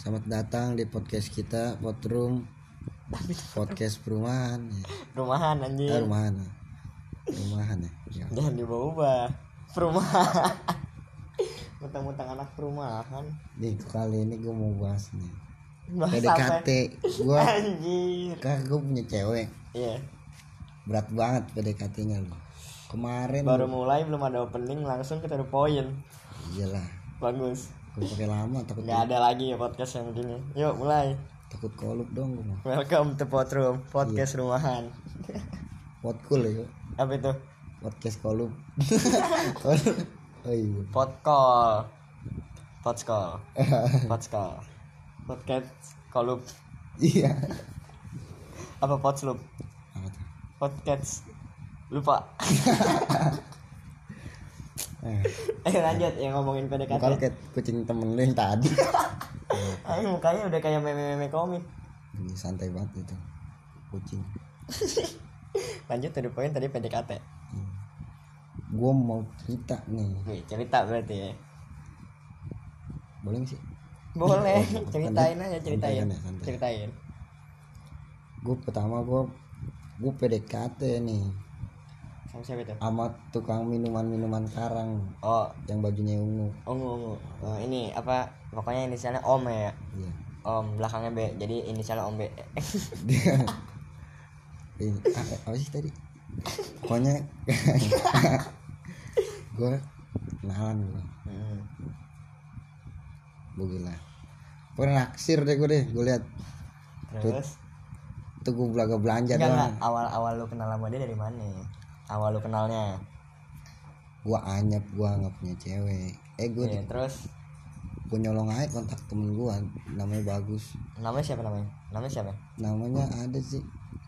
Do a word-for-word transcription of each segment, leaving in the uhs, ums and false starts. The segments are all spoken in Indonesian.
Selamat datang di podcast kita, Podroom. Podcast perumahan. Perumahan anjing. Ah, rumahan. Rumahan ya. Jangan diubah-ubah. Perumahan. Mentang-mentang anak perumahan. Nih, kali ini gue mau bahas nih. Bahas P D K T. Gue anjing. kan gue punya cewek. Iya. Berat banget P D K T-nya loh. Kemarin baru mulai belum ada opening langsung kita ada poin. Iyalah. Bagus. Gue pakai lama takut. Nggak ada lagi ya podcast yang begini. Yuk mulai. Takut kolup dong gue. Welcome to Podroom, podcast iya. Rumahan. Podcool ya. Apa itu? Podcast kolup. Oh iya. Podcall. Podcall. Podcall. Podcast kolup. Iya. Apa podsloop? Apa tuh? Podcast. Lupa. Eh, Ayo lanjut yang ngomongin P D K T. Kalau kayak kucing temen lu yang tadi. Ayo mukanya udah kayak meme-meme komik. Ini santai banget itu. Kucing. Lanjut to the point tadi P D K T. Hmm. Gue mau cerita nih. Wih, cerita berarti ya. Boleh gak sih? Boleh. Oh, ceritain aja, ceritain. Santai, santai. Ceritain. Gue pertama gue gue P D K T nih. Sama siapa itu? Sama tukang minuman-minuman karang. Oh, yang bajunya ungu. Ungu ungu. Oh, ini apa? Pokoknya inisialnya Om ya. Iya. Om belakangnya B. Jadi inisialnya Om B. Dia ini apa, apa sih tadi? Pokoknya gue kenalan gue. Hmm. Gue gila. Gue naksir deh gue deh. Gue lihat. Terus? Tuh gue belaga belanja doang. doang. Awal-awal lu kenal sama dia dari mana? Awal lu kenalnya? Gue anyep, gue nggak punya cewek. Eh gue yeah, terus? Gue nyolong aja kontak temen gue, namanya Bagus. Namanya siapa namanya? Namanya siapa? Namanya ada sih.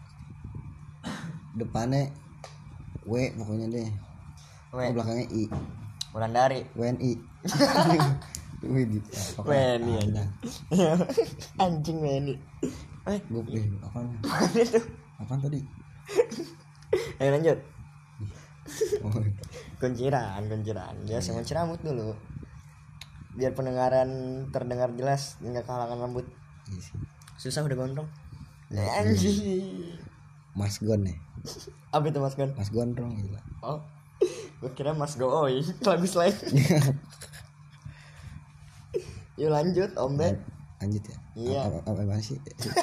Depannya W pokoknya deh. W. Belakangnya I. Wulandari. W N I. Wih, W N I aja. Anjing W N I. Eh, gue pilih apaan? Apaan itu? Apaan tadi? Ayo lanjut. Oh. Kunciran, kunciran. Biasa kunci rambut dulu. Biar pendengaran terdengar jelas, enggak kehalangan rambut. Iya sih. Susah udah gondrong. Ya, Anjing. Mas Gon ya. Apa itu Mas Gon? Mas Gondrong gila. Oh. Gue kira Mas Gooi, lagu selain. Yuk lanjut, Om Ben. Lanjut ya. Iya. Apa, apa, apa sih?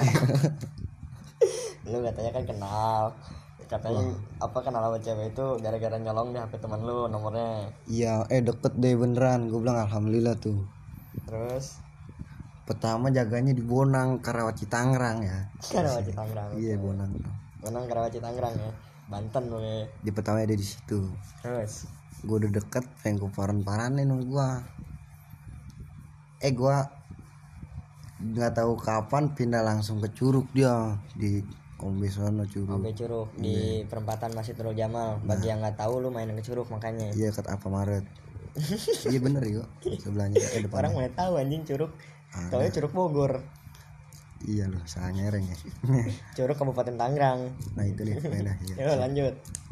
Lu katanya kan kenal. Katanya oh. apa kenal sama cewek itu gara-gara nyolong di H P teman lu nomornya. Iya, eh deket deh beneran. Gue bilang alhamdulillah tuh. Terus pertama jaganya di Bonang, Karawaci Tangerang ya. Karawaci Tangerang. Iya, Bonang. Bonang Karawaci Tangerang ya. Banten gue. Di pertama ada di situ. Terus gue udah deket, pengen gue paran-paranin sama gue. Eh gue nggak tahu kapan pindah langsung ke Curug dia di Ombe sono Curug. Ombe Curug yeah. Di perempatan Masjid Nurul Jamal. Bagi nah. yang nggak tahu lu main ke Curug makanya. Iya kat apa Maret. Iya bener yuk sebelahnya eh depannya. Orang mana tahu anjing Curug. Taunya Curug Bogor. Iya loh salah nyereng ya. Curug Kabupaten Tangerang. Nah itu deh beda. Iya. Yo lanjut.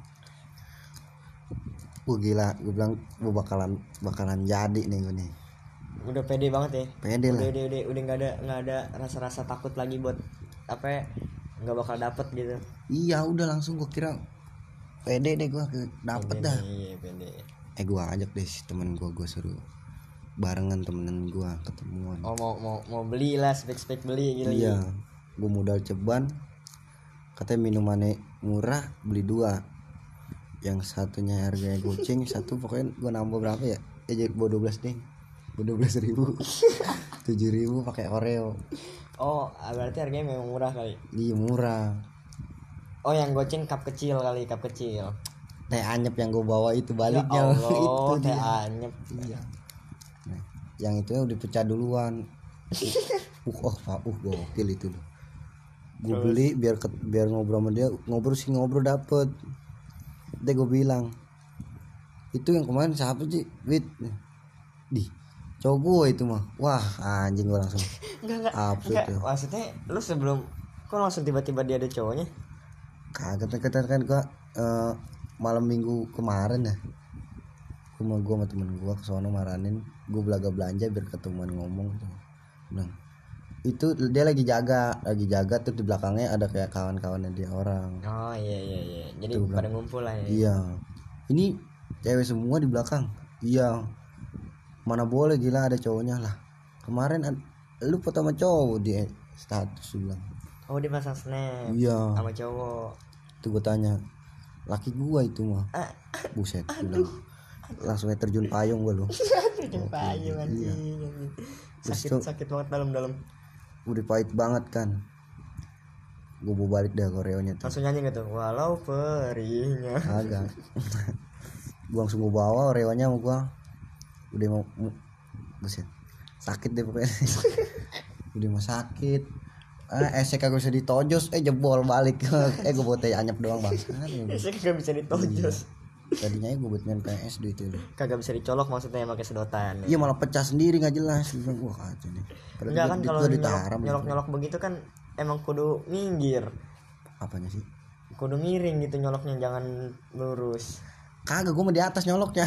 Gue gila, gue bilang gue bakalan bakalan jadi nih gue nih. Udah pede banget ya. Pede lah. Udah udah udah udah nggak ada nggak ada rasa-rasa takut lagi buat apa ya, nggak bakal dapet gitu. Iya udah langsung gue kira pede deh gue dapet pede dah. Iya pede. Eh gue ajak deh temen gue gue suruh barengan temenan gue ketemuan. Oh mau mau mau beli lah spek-spek beli gitu. Iya. Gue modal ceban. Katanya minumannya murah beli dua. Yang satunya harganya goceng, satu pokoknya gue nambah berapa ya? Eh jadi bawa dua belas deh. Dua belas ribu, tujuh ribu pakai Oreo. Oh berarti harganya memang murah kali. Iya murah. Oh yang goceng cup kecil kali, cup kecil. Teh anyep yang gue bawa itu baliknya. Ya Allah, itu teh dia. anyep. Iya. Nah, yang itu udah pecah duluan. uh oh pak, uh gokil itu loh. Gue beli biar ke, biar ngobrol sama dia, ngobrol sih ngobrol dapet. Deh gue bilang, itu yang kemarin siapa sih? Wit, di cowok gue itu mah. Wah anjing gue langsung. Enggak enggak. Enggak. Maksudnya lu sebelum kok langsung tiba-tiba dia ada cowoknya? Kagak kata kan gue uh, malam minggu kemarin ya. Gue sama gue sama temen gue ke sono maranin, gue belaga belanja biar ketemuan ngomong tuh. Bilang, itu dia lagi jaga lagi jaga tuh di belakangnya ada kayak kawan-kawannya dia orang. Oh iya iya iya. Jadi Tuh, pada ngumpul lah ya. Iya. Ini cewek semua di belakang. Iya. Mana boleh gila ada cowoknya lah. Kemarin ad, lu foto sama cowok di status bilang. Oh dia pasang snap. Iya. Sama cowok. Tuh gue tanya. Laki gua itu mah. Buset bilang. Langsung aja terjun payung gua lu. Terjun payung anjing. Iya. Sakit Terus sakit banget dalam-dalam. udah pahit banget kan. Gue mau balik dah koreonya tuh. Langsung nyanyi gitu. Walau perihnya. Agak. Gue langsung gue bawa oreonya sama gue. Udah mau, mau buset. Sakit deh pokoknya. Udah mau sakit. Ah, esek kagak bisa ditojos, eh jebol balik. eh gue buat teh anyep doang bang. Esek kagak bisa ditojos. Iya. Tadinya gue buat main P S duit itu. Kagak bisa dicolok maksudnya pakai sedotan. Iya malah pecah sendiri nggak jelas. Gue bilang wah kacau nih. Enggak kan kalau nyolok, nyolok nyolok begitu kan emang kudu minggir. Apanya sih? Kudu miring gitu nyoloknya, jangan lurus. Kagak, gue mau di atas nyoloknya.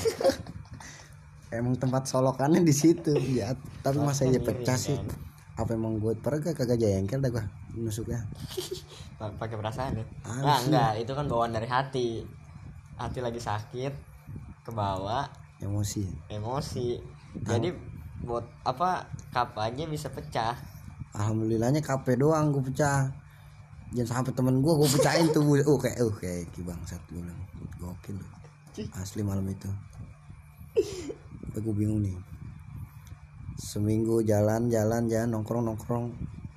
Emang tempat solokannya di situ ya. Tapi masa iya pecah sih? Kan? Apa emang gue pergi kagak jengkel dah gue nusuknya. Pakai perasaan ya? Nah, enggak, itu kan bawaan dari hati. Hati lagi sakit, ke bawah emosi. Emosi. Jadi buat apa kap aja bisa pecah. Alhamdulillahnya kape doang gue pecah. Jangan sampai temen gue gue pecahin tuh. Oh kayak uh kayak bangsat gue bilang. Gokil. Asli malam itu. Tapi gue bingung nih. Seminggu jalan-jalan jalan nongkrong-nongkrong.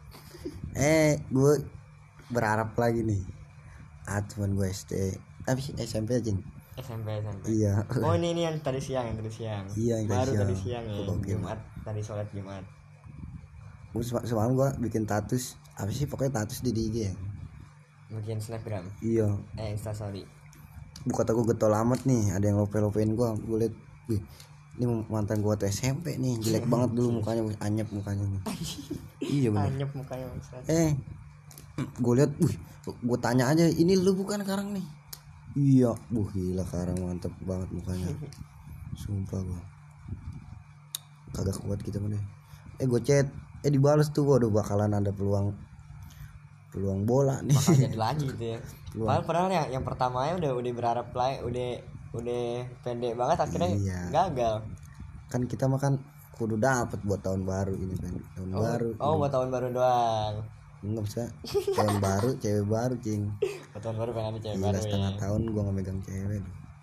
Eh gue berharap lagi nih. Ah teman gue S D. Tapi S M P aja. S M P S M P. Iya. Oh ini ini yang tadi siang, yang tadi siang. Iya yang baru siang. tadi siang ya. Gokil. Jumat, tadi sholat Jumat. Gue semalam gue bikin status. Apa sih pokoknya status di I G ya. Bikin snapgram. Iya. Eh instastory. Buka aku getol amat nih, ada yang lope-lopein gue. Gue liat, wih, ini mantan gue tuh S M P nih, jelek banget dulu mukanya, anyep mukanya nih. Iya benar. Anyep mukanya Ustaz. Eh, gue liat, wih, gue tanya aja, ini lu bukan Karang nih? Iya, buh gila Karang mantep banget mukanya. Sumpah gue, kagak kuat kita mana. Eh gue chat, eh dibalas tuh, waduh bakalan ada peluang peluang bola nih. Bakal jadi lagi gitu ya. Padahal, padahal ya, yang pertamanya udah udah berharap lah, udah udah pendek banget akhirnya iya. Gagal. Kan kita makan kudu dapet buat tahun baru ini kan. Tahun oh, baru. Oh, buat tahun baru doang. Enggak bisa. Tahun baru cewek baru, cing. Buat tahun baru pengen ada cewek Gila, baru. Setengah ya. tahun gua enggak megang cewek.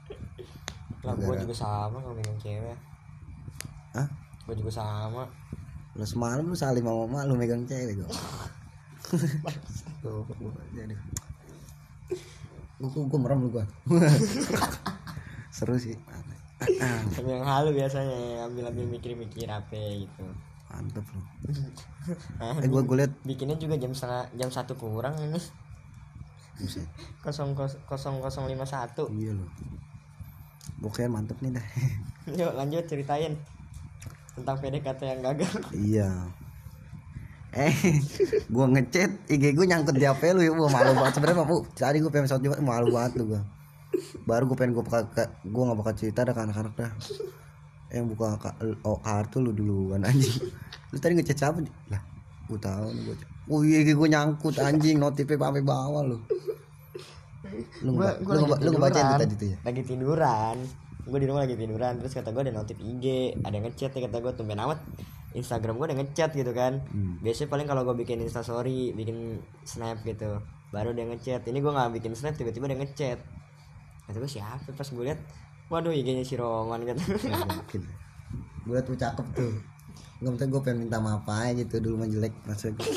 Lah gua juga sama enggak megang cewek. Hah? Gua juga sama. Lu semalam lu salim sama mama lu megang cewek gua. Tuh, jadi. Gua gua merem lu gua. Seru sih. Tapi yang halu biasanya ambil-ambil mikir-mikir apa gitu. Mantep lu. eh gua gua liat bikinnya juga jam setengah jam satu kurang ini. Buset. kosong kosong lima satu. Iya loh. Pokoknya mantep nih dah. Yuk lanjut ceritain tentang P D K T yang gagal. Iya. Eh, gua ngechat I G gua nyangkut di H P lu ya, gua malu banget sebenarnya, Bu. Tadi gua pengen pesawat juga malu banget tuh gua. Baru gua pengen gua buka gua enggak bakal cerita dah ke anak-anak dah. Eh buka oh, kartu lu duluan anjing. Lu tadi ngechat siapa? Lah, gua tahu nih gua. Oh iya gua nyangkut anjing, notifnya sampai bawah lu. Lu gua, gua lu, lu ngebacain tadi tuh ya. Lagi tiduran. Gue di rumah lagi tiduran, terus kata gue ada notif I G, ada yang ngechat ya, kata gue tumben amat Instagram gue ada ngechat gitu kan. hmm. Biasanya paling kalau gue bikin instastory, bikin snap gitu, baru dia ngechat. Ini gue nggak bikin snap, tiba-tiba dia ngechat. Kata gue siapa? Pas gue lihat, waduh I G-nya si Roman gitu. Gue liat tuh cakep tuh. Nggak penting gue pengen minta maaf aja gitu, dulu mah jelek maksud gue.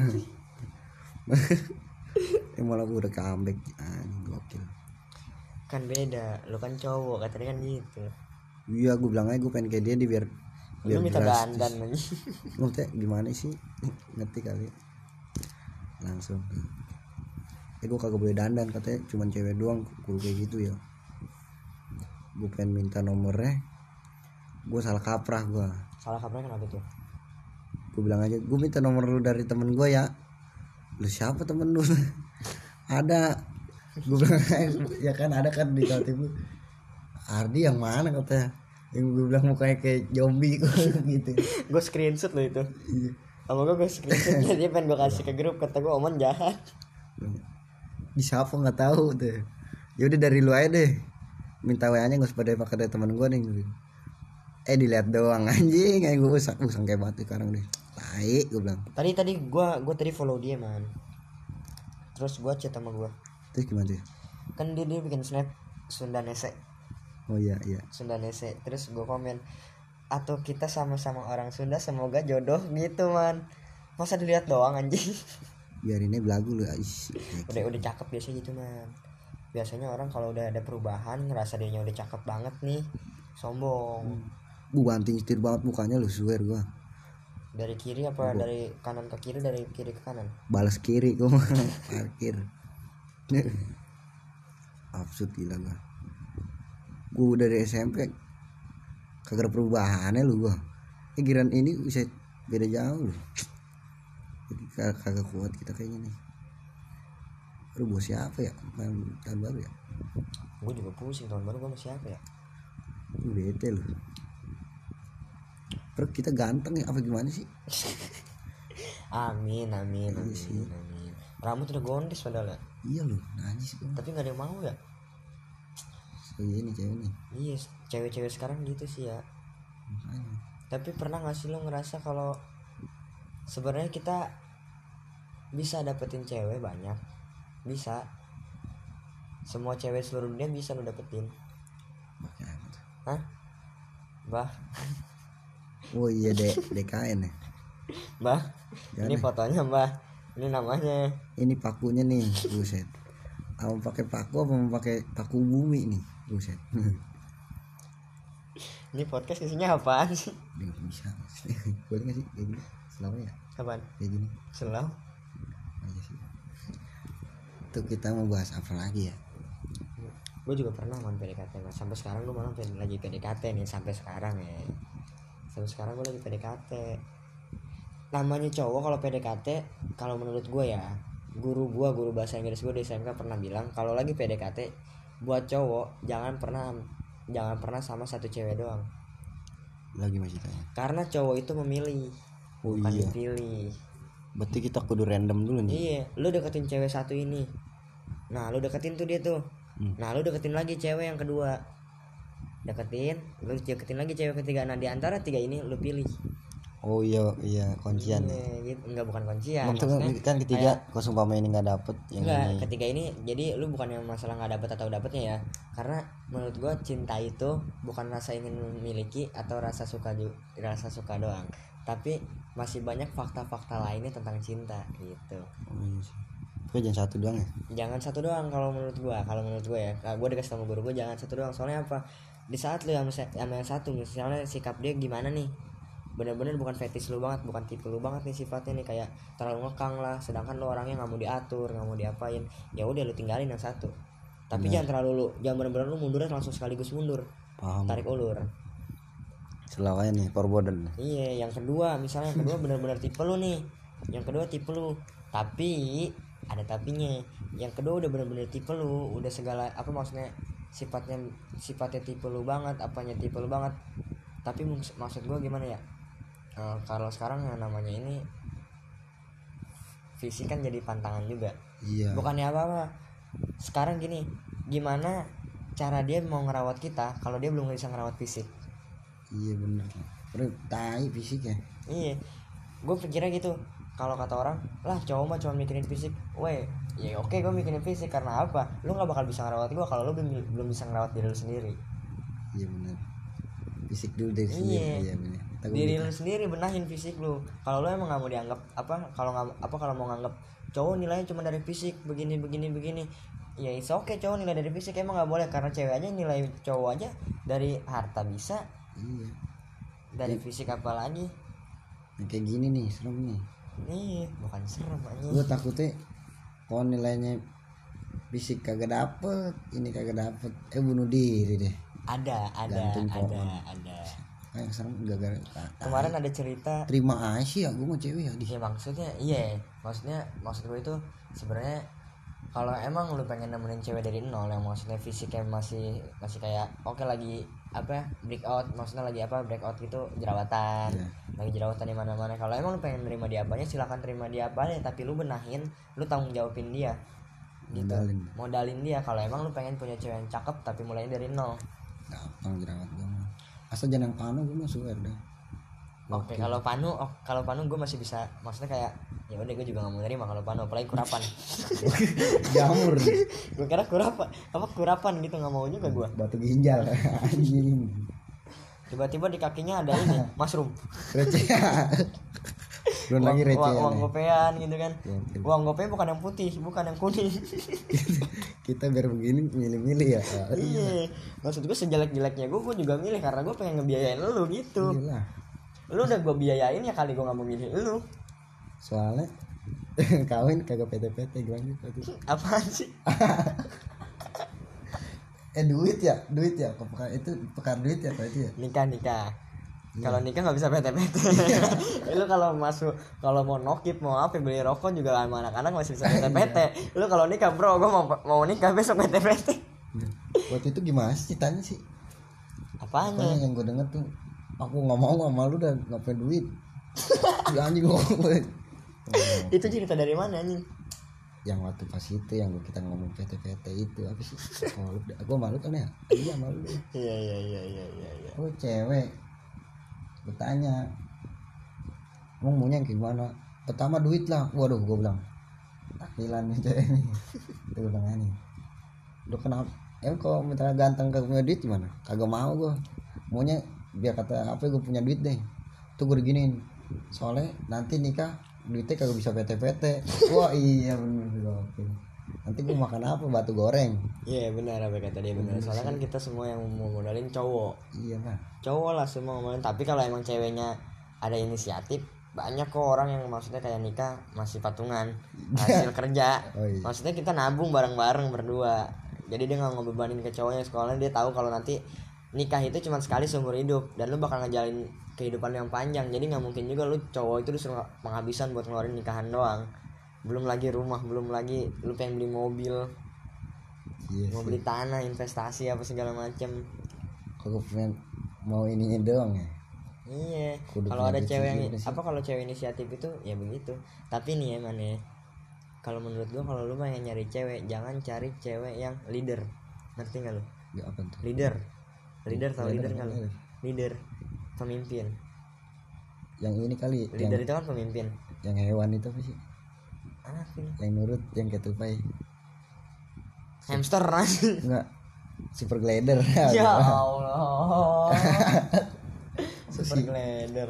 Eh malah gue udah comeback, anjing gokil. Kan beda, lu kan cowok katanya kan gitu. Iya gue bilang aja gue pengen kayak dia di biar biar lu minta dandan aja. Maksudnya gimana sih, ngerti kali langsung. Eh gue kagak boleh dandan katanya, cuman cewek doang kudu kayak gitu ya. Gue pengen minta nomornya, gue salah kaprah gue. Salah kaprah kenapa tuh? Gue bilang aja gue minta nomor lu dari temen gue ya. Lu siapa temen lu? Ada. Gue bilang ya kan ada kan di notif lu. Ardi yang mana katanya? Yang gue bilang mukanya kayak zombie gitu. Gue screenshot lo itu. Iya. sama gue gue screenshotnya dia pengen gue kasih ke grup, kata gue Oman jahat. Di siapa nggak tahu deh. Ya udah dari lu aja deh, minta W A nya nggak usah pada pakai dari teman gue nih. Eh dilihat doang anjing, kayak gue usang usang kayak batu sekarang deh. Baik gue bilang. Tadi tadi gue gue tadi follow dia man. Terus gue chat sama gue. Terus gimana tuh? Kan dia dia bikin snap Sunda Nese. Oh iya iya. Sunda Nese. Terus gue komen, atau kita sama-sama orang Sunda semoga jodoh gitu man. Masa dilihat doang anjing. Biar ini belagu lu. Aish, udah udah cakep biasa gitu man. Biasanya orang kalau udah ada perubahan ngerasa dirinya udah cakep banget nih, sombong. Bu banting setir banget mukanya lu, swear gua. Dari kiri apa Bo. Dari kanan ke kiri, dari kiri ke kanan? Balas kiri gua parkir. Absurd gila gua. Gua dari S M P kagak ada perubahannya lu gua. Eh giran ini bisa beda jauh lu. Jadi kagak kuat kita kayaknya nih. Aduh bos siapa ya? Tahun baru ya? Gue juga pusing tahun baru gue sama siapa ya? Lu bete lu. Perut kita ganteng ya apa gimana sih? Amin amin amin, amin amin. Rambut udah gondes padahal ya? Iya lu, najis gua. Tapi gak ada yang mau ya? So iya nih cewek nih. Iya, cewek-cewek sekarang gitu sih ya. Makanya. Tapi pernah gak sih lo ngerasa kalau sebenarnya kita bisa dapetin cewek banyak? Bisa. Semua cewek seluruh dunia bisa lo dapetin. Hah? Bah. Oh iya dek D K N ya. Bah. Jangan ini ya. Fotonya Mbah. Ini namanya. Ini pakunya nih, buset. Mau pakai paku apa mau pakai paku bumi nih, buset. Ini podcast isinya apaan sih? Nggak bisa. Boleh nggak sih kayak gini? Selalu ya. Apaan? Kayak gini. Selau. Aja sih. Tuh kita mau bahas apa lagi ya? Gue juga pernah main P D K T mas. Sampai sekarang gue malah lagi P D K T nih sampai sekarang ya. Sampai sekarang gue lagi P D K T. Namanya cowok kalau P D K T, kalau menurut gue ya, guru gue guru bahasa Inggris gue di S M K pernah bilang kalau lagi P D K T buat cowok jangan pernah jangan pernah sama satu cewek doang. Lagi masih tanya. Karena cowok itu memilih, oh, bukan iya. dipilih. Berarti kita kudu random dulu nih. Iya, lu deketin cewek satu ini. Nah, lu deketin tuh dia tuh. Hmm. Nah, lu deketin lagi cewek yang kedua. Deketin, lu deketin lagi cewek ketiga. Nah, di antara tiga ini lu pilih. Oh iya iya kuncian. Iya, gitu. Enggak bukan kuncian. Maksudnya kan ketiga kalau sumpama ini enggak dapet yang enggak, ini. Ketiga ini jadi lu bukan yang masalah enggak dapet atau dapetnya ya. Karena menurut gua cinta itu bukan rasa ingin memiliki atau rasa suka rasa suka doang. Tapi masih banyak fakta-fakta lainnya tentang cinta gitu. Oh iya sih. Tapi jangan satu doang ya? Jangan satu doang kalau menurut gua. Kalau menurut gua ya, gua dikasih sama guru gua jangan satu doang. Soalnya apa? Di saat lu yang sama yang satu misalnya sikap dia gimana nih? Bener-bener bukan fetish lu banget, bukan tipe lu banget nih sifatnya nih, kayak terlalu ngekang lah, sedangkan lu orangnya nggak mau diatur, nggak mau diapain, ya udah lu tinggalin yang satu. Tapi bener. Jangan terlalu lu, jangan bener-bener lu mundurnya langsung sekaligus mundur. Paham. Tarik ulur. Selawanya nih forwarden. Iya, yang kedua misalnya yang kedua bener-bener tipe lu nih, yang kedua tipe lu, tapi ada tapinya. Yang kedua udah bener-bener tipe lu, udah segala apa maksudnya sifatnya sifatnya tipe lu banget, apanya tipe lu banget. Tapi maksud gua gimana ya? Uh, kalau sekarang yang namanya ini fisik kan jadi pantangan juga. Iya. Bukannya apa-apa. Sekarang gini, gimana cara dia mau ngerawat kita kalau dia belum bisa ngerawat fisik? Iya benar. Terus tai fisik ya. Iya. Gue pikirnya gitu. Kalau kata orang, lah cowok mah cuma mikirin fisik. Weh, ya oke gue mikirin fisik karena apa? Lu nggak bakal bisa ngerawat gue kalau lu belum belum bisa ngerawat diri lu sendiri. Iya benar. Fisik dulu dari sendiri. Iya, iya benar. Diri lu sendiri benahin fisik lu. Kalau lu emang nggak mau dianggap apa? Kalau nggak apa kalau mau nganggap cowok nilainya cuma dari fisik begini begini begini. Ya it's oke okay, cowok nilai dari fisik emang nggak boleh karena cewek aja nilai cowok aja dari harta bisa. Iya. Dari ya. Fisik apa lagi? Nah, kayak gini nih serem nih. Iya, bukan serem aja. Gue takutnya kalau nilainya fisik kagak dapet, ini kagak dapet, eh bunuh diri deh. Ada, ada, Gantung ada, pohon. ada. Kayak serem gara-gara kemarin ada cerita. Terima aja ya, gue mau cewek ya. Iya maksudnya, iya, maksudnya maksud gue itu sebenarnya kalau emang lu pengen nemenin cewek dari nol yang maksudnya fisiknya masih masih kayak oke okay, lagi apa breakout, maksudnya lagi apa breakout gitu jerawatan, yeah. lagi jerawatan di mana-mana. Kalau emang lu pengen terima dia apanya silakan terima dia apanya, tapi lu benahin, lu tanggung jawabin dia gitu, modalin, modalin dia. Kalau emang lu pengen punya cewek yang cakep tapi mulainya dari nol, gampang jerawat gue mah, asal jangan yang panu gue mah suka deh. Oke, okay, kalau panu, oh, kalau panu gue masih bisa, maksudnya kayak ya udah gue juga nggak mau nerima kalau panu, apalagi kurapan. Jamur. Gue kira kurapan, apa kurapan gitu nggak mau juga gue. Batu ginjal, anjing. Tiba-tiba di kakinya ada ini, mushroom. Receh. Belum lagi receh. Uang, uang gopean gitu kan. Ya, uang gopean bukan yang putih, bukan yang kuning. Kita biar begini milih-milih ya. Iya. Maksud gue sejelek-jeleknya gue, gue juga milih karena gue pengen ngebiayain lu gitu. Iyalah. Lu udah gue biayain ya kali gue nggak mau milih lu. Soalnya kawin kagak P T P T gimana gitu. Apaan sih? eh duit ya, duit ya. Pekan itu pekan duit ya pak itu ya. Nikah nikah. Yeah. Kalau nikah nggak bisa P T P T. Lu kalau masuk, kalau mau nokip mau apa beli rokok juga sama anak-anak masih bisa P T P T. Lu kalau nikah bro, gue mau mau nikah besok P T P T. Waktu itu gimana sih tanya sih? Apanya? Apanya yang gue denger tuh, aku nggak mau sama lu dan nggak punya duit. Ya anjing gue. Itu cerita dari mana anjing? Yang waktu pas itu yang kita ngomong P T P T itu apa sih? Oh, gue malu kan ya? Iya malu. Iya iya iya iya iya. iya. Oh cewek. Gue tanya, mau maunya yang gimana? Pertama duit lah. Waduh gue bilang takdilan nih cewek nih. Itu gue bilang nih. Udah kenapa? Em kalau misalnya ganteng kagak punya duit gimana? Kagak mau gue. Maunya biar kata apa gue punya duit deh. Tuh gue diginiin. Soalnya nanti nikah duitnya kagak bisa P T P T. Wah iya bener oke. Nanti gue makan apa? Batu goreng. Iya yeah, benar apa kata dia benar. Soalnya kan kita semua yang mau modalin cowok. Iya lah. Cowok lah semua modalin. Tapi kalau emang ceweknya ada inisiatif, banyak kok orang yang maksudnya kayak nikah masih patungan hasil kerja. Oh, iya. Maksudnya kita nabung bareng-bareng berdua. Jadi dia nggak ngebebanin ke cowoknya, sekolahnya dia tahu kalau nanti nikah itu cuma sekali seumur hidup dan lu bakal ngejalin kehidupan yang panjang. Jadi nggak mungkin juga lu cowok itu disuruh penghabisan buat ngeluarin nikahan doang. Belum lagi rumah, belum lagi lu pengen beli mobil, yes, mau beli yes. tanah, investasi apa segala macem. Kalau pengen mau ini doang ya. Iya. Kalau ada cewek yang apa kalau cewek inisiatif itu ya begitu. Tapi nih ya man ya. Kalau menurut gua kalau lu pengen nyari cewek, jangan cari cewek yang leader. Ngerti enggak lu? Ya apa tuh? Leader. Leader tau leader enggak lu? Leader. Pemimpin. Yang ini kali. Leader yang, itu kan pemimpin. Yang hewan itu apa sih? Apa? Yang nurut, yang ketupai. Hamster nasi. Enggak. Super glider. Ya Allah. Super glider.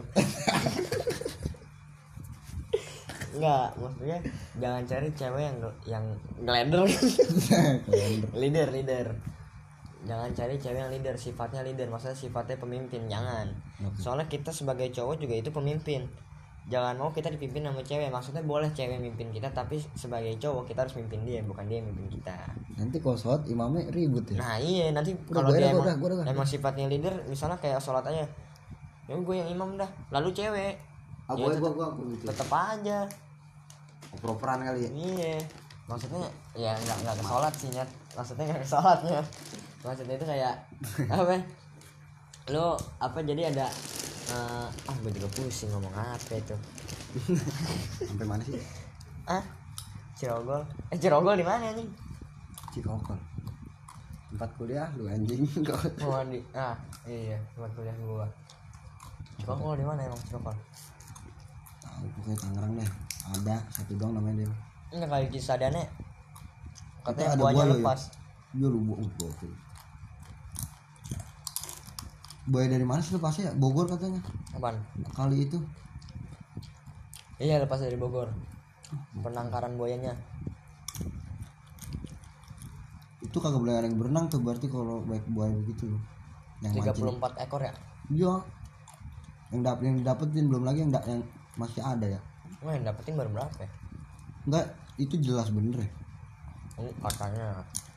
Enggak, maksudnya jangan cari cewek yang yang glider. leader, leader. Jangan cari cewek yang leader, sifatnya leader, maksudnya sifatnya pemimpin, jangan. Okay. Soalnya kita sebagai cowok juga itu pemimpin. Jangan mau kita dipimpin sama cewek, maksudnya boleh cewek mimpin kita, tapi sebagai cowok kita harus mimpin dia, bukan dia yang mimpin kita. Nanti kalau sholat imamnya ribut ya. Nah iya, nanti kalau dia emang, emang sifatnya leader, misalnya kayak sholat aja, ya gue yang imam dah, lalu cewek. Ah, ya, tetep, gua, gua, gitu. tetep aja. Oper-operan kali ya. Iya, maksudnya ya nggak nggak ke sholat sih nyat, maksudnya nggak ke sholatnya. Maksudnya itu kayak apa? Lo apa jadi ada uh, ah gue juga pusing ngomong apa itu. Sampai mana sih? Ah, Cirogol. Eh Cirogol di mana nih? Cirogol. Tempat kuliah lu anjing kok. Oh di ah iya tempat kuliah gua. Cirogol di mana emang Cirogol? Tahu pokoknya Tangerang deh. Ada satu doang namanya dia. Enggak kayak Cisadane. Katanya buahnya lepas. Dia lu buah tuh. Buaya dari mana sih lepasnya? Bogor katanya. Apaan? Kali itu. Iya lepas dari Bogor. Penangkaran buayanya. Itu kagak boleh ada yang berenang tuh berarti kalau baik buaya begitu loh. Yang tiga puluh empat mancing. Ekor ya? Iya. Yang dap yang dapetin belum lagi yang da yang masih ada ya. Oh, yang dapetin baru berapa ya? Enggak, itu jelas bener ya. Oh, katanya.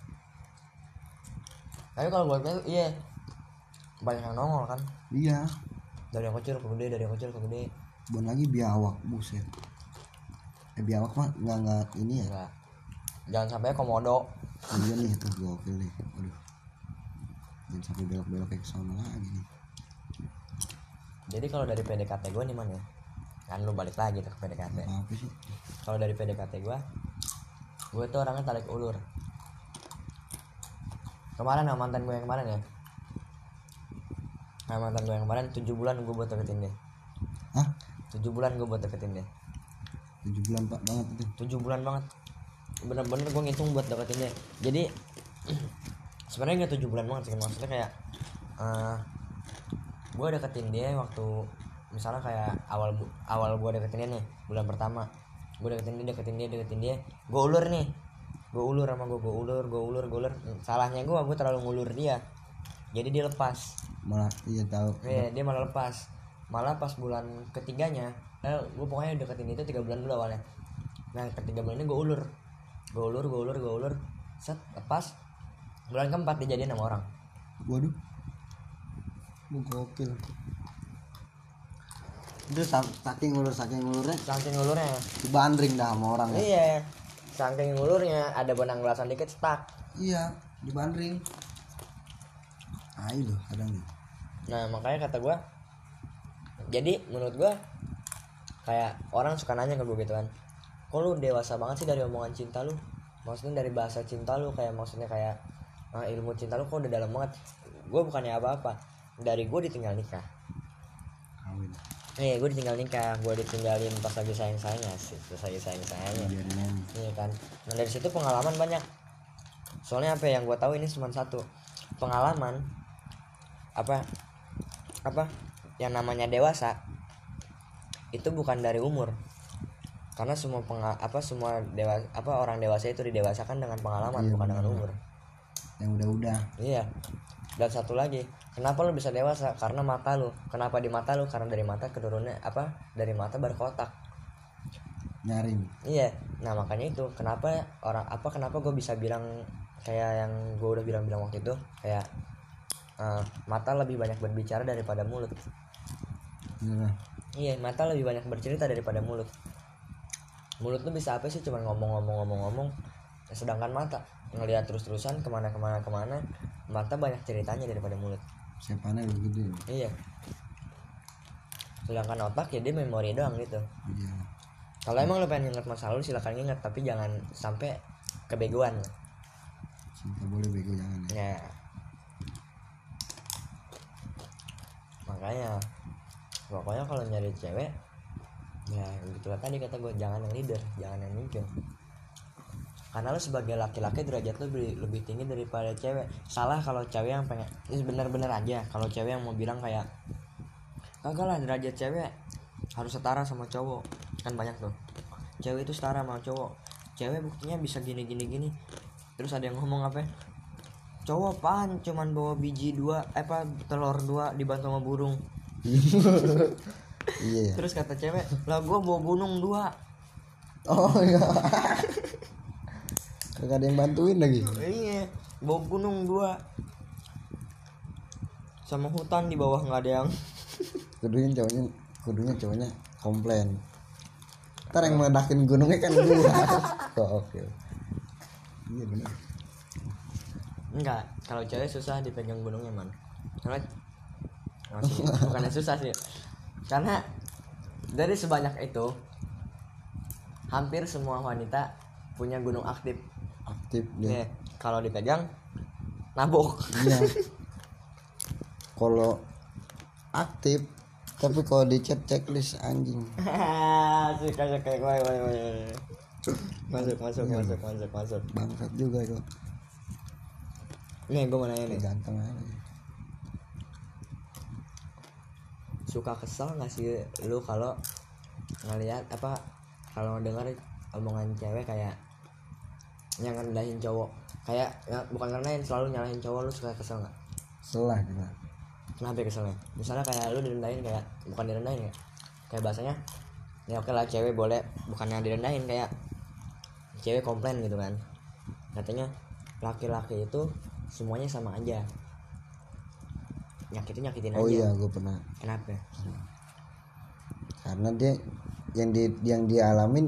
Tapi kalau buat gue iya. Banyak yang nongol kan? Iya. Dari yang kecil ke gede, dari yang kecil ke gede. Bukan lagi biawak, buset. Eh biawak mah enggak enggak ini ya. Enggak. Jangan sampai komodo. Iya nih itu gokil nih. Aduh. jangan sampai belok-belok kayak kesana lagi nih. Jadi kalau dari P D K T gue nih man ya, kan lu balik lagi tuh ke P D K T. Apa sih? Kalau dari P D K T gue, gue tuh orangnya tarik ulur. Kemarin sama mantan gue yang kemarin ya, sama mantan gue yang kemarin tujuh bulan gue buat deketin dia. Hah? tujuh bulan gue buat deketin dia. tujuh bulan pak banget itu. tujuh bulan banget. Bener-bener gue ngitung buat deketin dia. Jadi sebenarnya nggak tujuh bulan banget sih, maksudnya kayak uh, gue deketin dia waktu misalnya kayak awal awal gue deketin dia nih bulan pertama, gue deketin dia deketin dia deketin dia gue ulur nih, gue ulur sama gue gue ulur gue ulur gue ulur salahnya gue gue terlalu ngulur dia, jadi dia lepas. Malah iya tahu. Iya, dia malah lepas. Malah pas bulan ketiganya, eh, gue pokoknya deketin itu tiga bulan dulu awalnya. Nah ketiga bulan ini gue ulur, gue ulur, gue ulur, gue ulur, set lepas. Bulan keempat dia jadian sama orang. Waduh, lu gokil. Itu saking ulur saking ulurnya, Saking ulurnya. dibandring dah sama orang. Iya, saking ulurnya ada benang gelasan dikit stuck. Iya, dibandring. Ayo loh, kadang nih. Nah makanya kata gue, jadi menurut gue kayak orang suka nanya ke gue gitu kan, kok lu dewasa banget sih dari omongan cinta lu, maksudnya dari bahasa cinta lu, kayak maksudnya kayak ah, ilmu cinta lu kok udah dalam banget. Gue bukannya apa-apa, dari gue ditinggal nikah. Kawin. Eh gue ditinggal nikah, gue ditinggalin pas lagi sayang sayangnya sih, pas lagi sayang sayangnya. Iya kan. Nah dari situ pengalaman banyak. Soalnya apa yang gue tahu ini cuma satu pengalaman, apa apa yang namanya dewasa itu bukan dari umur, karena semua pengal apa semua dewa apa orang dewasa itu didewasakan dengan pengalaman, iya, bukan bener. Dengan umur yang udah-udah. Iya. Dan satu lagi, kenapa lu bisa dewasa? Karena mata lu. Kenapa di mata lu? Karena dari mata kedurunnya apa dari mata baru ke otak. Nyaring. Iya. Nah makanya itu kenapa orang apa kenapa gue bisa bilang kayak yang gue udah bilang-bilang waktu itu, kayak uh, mata lebih banyak berbicara daripada mulut. Bener. Iya, mata lebih banyak bercerita daripada mulut. Mulut tuh bisa apa sih, cuma ngomong-ngomong-ngomong-ngomong. Sedangkan mata ngelihat terus-terusan kemana-kemana kemana, mata banyak ceritanya daripada mulut. Siapanya begitu. Iya. Sedangkan otak ya dia memori doang gitu. Iya. Kalau emang lu pengen ingat masa lalu silakan ingat, tapi jangan sampai kebegoan. Cinta boleh bego jangan ya. Ya. Makanya pokoknya kalau nyari cewek ya gitu lah tadi kata gue, jangan yang leader, jangan yang mimpin. Karena lo sebagai laki-laki derajat lo lebih, lebih tinggi daripada cewek. Salah kalau cewek yang pengen, ini bener-bener aja kalau cewek yang mau bilang kayak kagak lah derajat cewek harus setara sama cowok. Kan banyak tuh cewek itu setara sama cowok, cewek buktinya bisa gini gini gini. Terus ada yang ngomong apa, cowok apaan cuman bawa biji dua eh, apa telur dua dibantu sama burung. Iya. Terus kata cewek, lah gue bawa gunung dua. Oh iya. Kagak ada yang bantuin lagi. Iya, bawa gunung dua. Sama hutan di bawah nggak ada yang. Kudunya cowoknya, kudunya cowoknya komplain. Ntar yang meledakin gunungnya kan gua. Oh, oke. Iya benar. Enggak, kalau cewek susah dipegang gunungnya man. Karena masih bukannya susah sih. Karena dari sebanyak itu hampir semua wanita punya gunung aktif. Aktif dia. Nih, kalau dipegang nabok. Iya. Kalau aktif, tapi kalau di chat checklist anjing. Suka suka woi woi woi. Masuk masuk ya. masuk masuk masuk. Bangsat juga itu. Nih gue mau nanya nih. Ganteng aja. Suka kesel nggak sih lu kalau ngelihat apa kalau dengar omongan cewek kayak yang ngerendahin cowok, kayak ya, bukan ngerendahin, selalu nyalahin cowok, lu suka kesel nggak? Selah gitu. Kenapa keselnya? Misalnya kayak lu direndahin, kayak bukan direndahin ya, kayak bahasanya ya oke lah cewek boleh, bukannya direndahin, kayak cewek komplain gitu kan, katanya laki-laki itu semuanya sama aja, nyakitin nyakitin oh aja. Oh iya, gue pernah. Kenapa? Karena dia yang di yang dialamin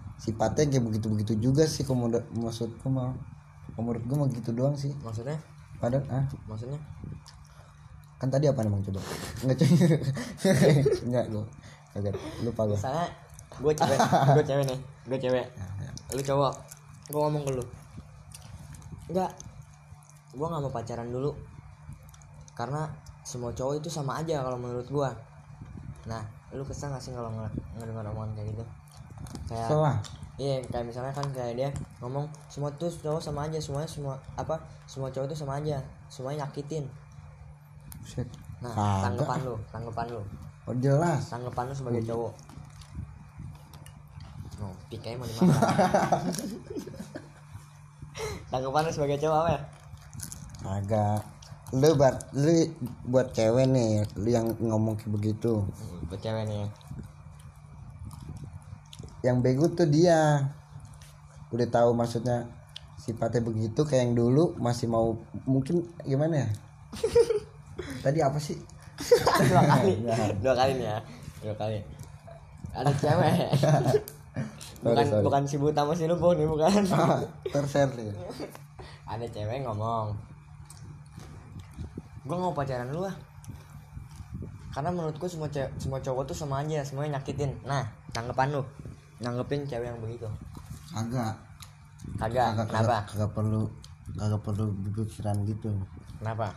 sifatnya kayak begitu-begitu juga sih. Kalau maksudku mah, menurut gue mah gitu doang sih. Maksudnya? Padahal ah Maksudnya kan tadi apa namanya coba? Enggak cuy. Enggak gua. Kagak lupa gua. misalnya gue cewek, gue cewek nih, gue cewek, lu cowok, gue ngomong ke lu, enggak, gue nggak mau pacaran dulu, karena semua cowok itu sama aja kalau menurut gue. Nah, lu kesel nggak sih kalau ng- ngedengar omongan kayak gitu? Kayak, Salah. iya, kayak misalnya kan kayak dia ngomong semua tuh cowok sama aja, semuanya semua apa, semua cowok itu sama aja, semuanya nyakitin. Buset. Nah, Kagak. tanggapan lu, tanggapan lu, Oh jelas. tanggapan lu sebagai cowok. No, pikirnya mau dimakan. Tanggapan lu sebagai cowok apa ya? Agak lu buat lu buat cewek nih lu yang ngomong kayak begitu, Buat cewek nih. yang bego tuh dia udah tahu maksudnya sifatnya begitu kayak yang dulu masih mau mungkin gimana ya. Tadi apa sih? Dua kali. Dua kali nih ya. Dua kali. Ada cewek. bukan Sorry, sorry. bukan si buta sama si lubung nih, bukan. Terser nih. Ada cewek ngomong, gue nggak mau pacaran lu ah, karena menurutku semua cewek, semua cowok tuh sama aja, semuanya nyakitin. Nah, tanggapan lu nanggepin cewek yang begitu? Agak Kagak. kagak Kenapa? kagak, kagak perlu kagak perlu berpikiran gitu. Kenapa?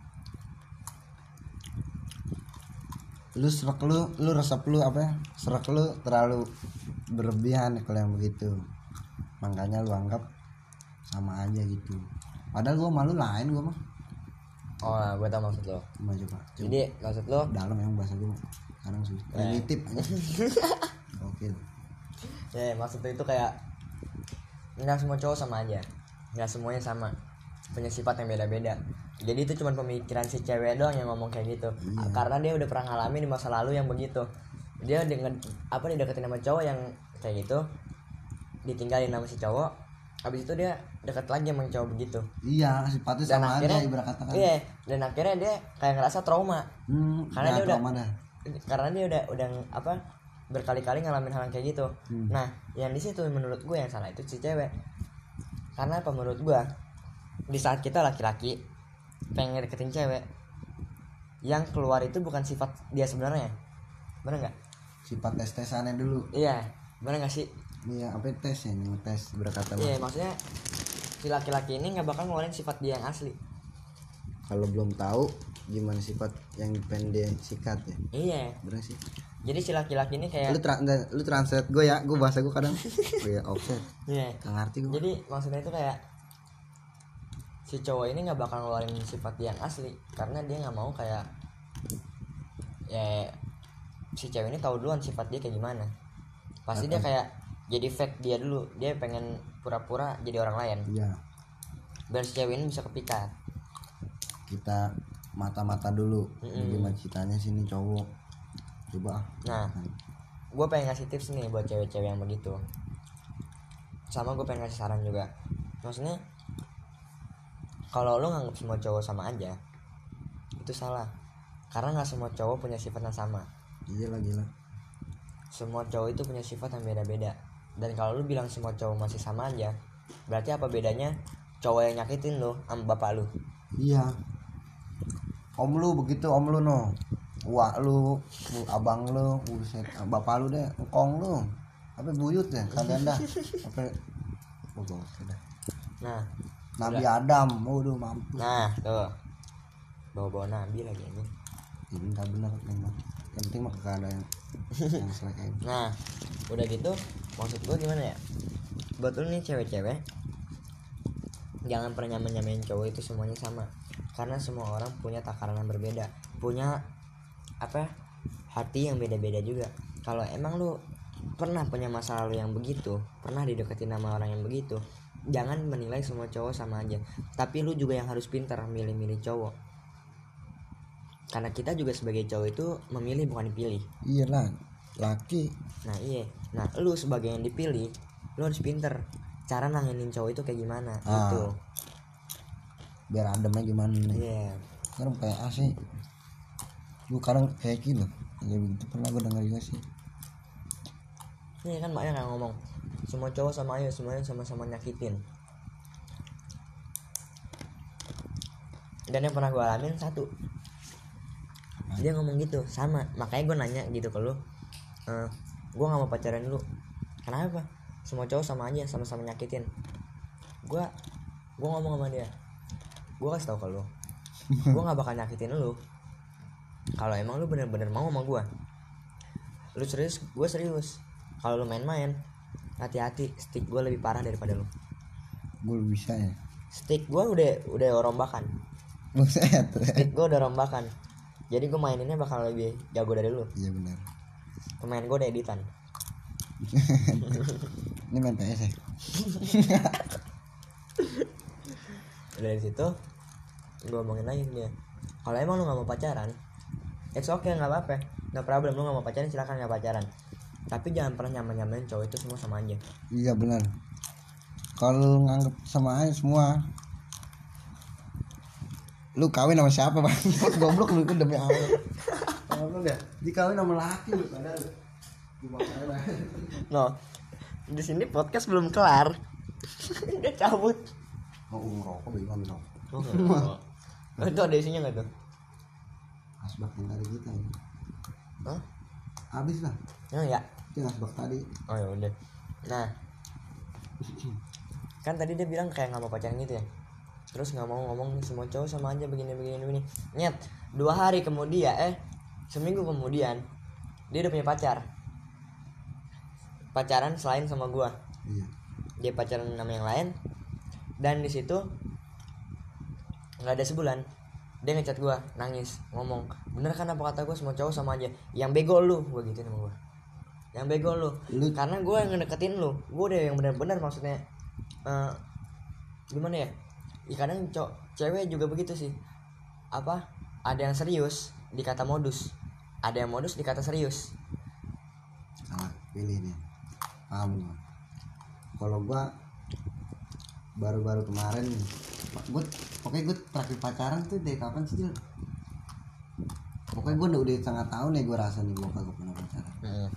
Lu serak lu lu resep lu apa ya, serak lu terlalu berlebihan kalau yang begitu, makanya lu anggap sama aja gitu, padahal gua malu lain gua mah. Oh, gue tau maksud lo. Coba coba, coba. Jadi maksud lo, Dalam yang bahasa gue sekarang sih Eh. primitif aja. Oke. ya maksud lo itu kayak nggak semua cowok sama aja, nggak semuanya sama, punya sifat yang beda-beda. Jadi itu cuma pemikiran si cewek doang yang ngomong kayak gitu. Iya. Karena dia udah pernah ngalamin di masa lalu yang begitu. Dia dengan apa dideketin sama cowok yang kayak gitu, ditinggalin sama si cowok. Habis itu dia deket lagi sama cowok begitu. Iya, sifatnya Dan sama akhirnya, aja ibarat kata kan. iya, dan akhirnya dia kayak ngerasa trauma. Hmm, Karena nah, dia udah trauma dah. karena dia udah udah apa berkali-kali ngalamin hal yang kayak gitu. Hmm. Nah, yang di situ menurut gue yang salah itu si cewek. Karena apa menurut gue? Di saat kita laki-laki pengen deketin cewek, yang keluar itu bukan sifat dia sebenarnya. Bener nggak? Sifat tes-tesannya dulu. Iya, bener nggak sih? Iya, apa tes ya, ngetes berkata. Iya, maksudnya si laki-laki ini nggak bakal ngeluarin sifat dia yang asli. Kalau belum tahu gimana sifat yang pengen dia sikat ya. Iya. Bener sih. Jadi si laki-laki ini kayak Lu tra- enggak, lu translate gue ya, gue bahasa gue kadang oh ya offset. iya. Gak ngerti gue. Jadi maksudnya itu kayak si cowok ini nggak bakal ngeluarin sifat dia yang asli karena dia nggak mau kayak ya si cewek ini tahu duluan sifat dia kayak gimana. Pasti dia kayak jadi fake dia dulu, dia pengen pura-pura jadi orang lain Iya. biar si cewek ini bisa kepikat. Kita mata-mata dulu. Mm-mm. Gimana ceritanya sini cowok. Coba ah. Nah, gue pengen ngasih tips nih buat cewek-cewek yang begitu. Sama gue pengen ngasih saran juga. Maksudnya kalau lo nganggap semua cowok sama aja, itu salah. Karena nggak semua cowok punya sifat yang sama. Iya lah gila. Semua cowok itu punya sifat yang beda-beda. Dan kalau lu bilang semua cowok masih sama aja, berarti apa bedanya cowok yang nyakitin lo sama bapak lu? Iya. Om lu begitu, om lu no. Wah lu, lu abang lu, buset, bapak lu deh, engkong lu. Apa buyut ya kalian dah. Apa oh, bos, dah. Nah, Nabi udah. Adam, waduh mampus. Nah, tuh. Bawa-bawa nabi lagi ini. Ini enggak benar memang. Yang penting mah kagak ada yang yang selek. Nah, udah gitu, maksud gue gimana ya? Buat lu nih cewek-cewek, jangan pernah nyamain-nyamain cowok itu semuanya sama. Karena semua orang punya takaran yang berbeda, punya apa hati yang beda-beda juga. Kalau emang lu pernah punya masa lalu yang begitu, pernah dideketin sama orang yang begitu, jangan menilai semua cowok sama aja. Tapi lu juga yang harus pintar milih-milih cowok. Karena kita juga sebagai cowok itu memilih bukan dipilih. Iyalah, laki. Nah iya, nah lu sebagai yang dipilih, lu harus pinter cara nanganin cowok itu kayak gimana Ah. gitu. Biar ademnya gimana nih. Iya. Sekarang kayak A sih. Gue kadang kayak gitu. Ya begitu pernah gue denger juga sih. Iya kan maknya nggak ngomong semua cowok sama aja, semuanya sama-sama nyakitin. dan yang pernah gue alamin satu, dia ngomong gitu sama, makanya gue nanya gitu ke lu, e, gue nggak mau pacaran lu, kenapa? Semua cowok sama aja, sama-sama nyakitin. Gue gue ngomong sama dia, gue kasih tau ke lu, gue nggak bakal nyakitin lu kalau emang lu bener-bener mau sama gue. Lu serius, gue serius. Kalau lu main-main, hati-hati, stick gue lebih parah daripada lu. Gue bisa ya. Stick gue udah udah rombakan. Buset. Stick gue udah rombakan. Jadi gue maininnya bakal lebih jago dari lu. Iya benar. Pemain gue udah editan. Ini main P S ya. Dari situ gue ngomongin lagi dia, kalau emang lu nggak mau pacaran, it's okay, nggak apa-apa, nggak problem, lu nggak mau pacaran silakan nggak pacaran, tapi jangan pernah nyaman-nyamain cowok itu semua sama aja. Iya benar. Kalau nganggep sama aja semua, lu kawin sama siapa bang? Goblok lu itu demi Allah. Kalau deh, dikawin sama laki lu padahal. Gimana? No, di sini podcast belum kelar. Dia cabut. Mau ngerokok bagaimana dong? Oh, oh, itu ada isinya nggak tuh? Asbak yang tadi kita ini. Hah? Habis lah. Oh ya. Itu yang asbak tadi. Oh ya udah. Nah, kan tadi dia bilang kayak nggak mau pacaran gitu ya. Terus nggak mau ngomong semua cowok sama aja begini begini begini. Nyet, dua hari kemudian eh seminggu kemudian dia udah punya pacar. Pacaran selain sama gua. Iya. Dia pacaran sama yang lain. Dan di situ nggak ada sebulan dia ngechat gue nangis ngomong, bener kan apa kata gue semua cowok sama aja, yang bego lu, gue gituin sama gue, yang bego lu, lu. Karena gue yang ngedeketin lu, gue udah yang benar-benar maksudnya uh, gimana ya, ya kadang cowok cewek juga begitu sih, apa ada yang serius dikata modus, ada yang modus dikata serius. Salah pilih nih, paham gue. Kalau gue baru-baru kemarin nih, gue pokoknya gue terakhir pacaran tuh dari kapan sih Jul? Pokoknya gue udah udah setengah tahun nih gue rasa nih gue kagak pernah pacaran. Hmm.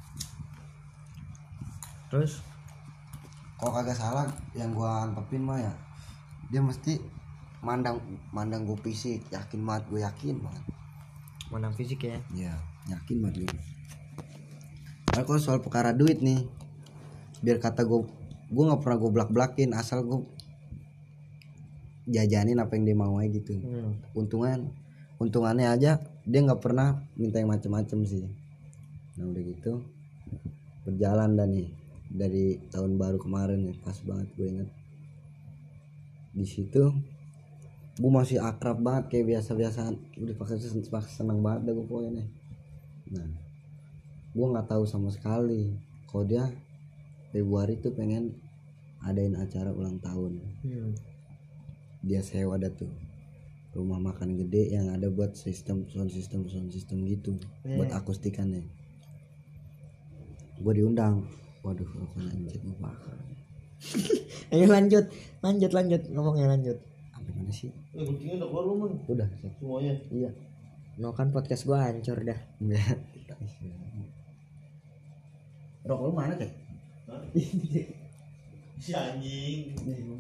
Terus kalau kagak salah yang gue antepin mah ya, dia mesti mandang mandang gue fisik, yakin banget, gue yakin banget mandang fisik ya. Iya, yakin banget gue. Kalau soal perkara duit nih, biar kata gue gue nggak pernah gue belak belakin, asal gue jajanin apa yang dia mau aja gitu. hmm. untungan untungannya aja dia nggak pernah minta yang macem-macem sih. Nah udah gitu berjalan dan nih dari tahun baru kemarin ya, pas banget gue inget di situ gue masih akrab banget kayak biasa-biasa, udah pakai seneng banget dah gue pokoknya. Nah gue nggak tahu sama sekali kalau dia Februari tuh pengen adain acara ulang tahun. hmm. Dia sewa ada tuh rumah makan gede yang ada buat sistem sound system sound system gitu, yeah. Buat akustikannya. Gue diundang, waduh rokoknya anjir gue bakar. Ayo lanjut lanjut lanjut ngomongnya lanjut. Sampai mana sih? Eh, kucingnya udah keluar belum? Udah semuanya. Iya. No kan podcast gue hancur dah. Rokok lu mana teh? Si anjing.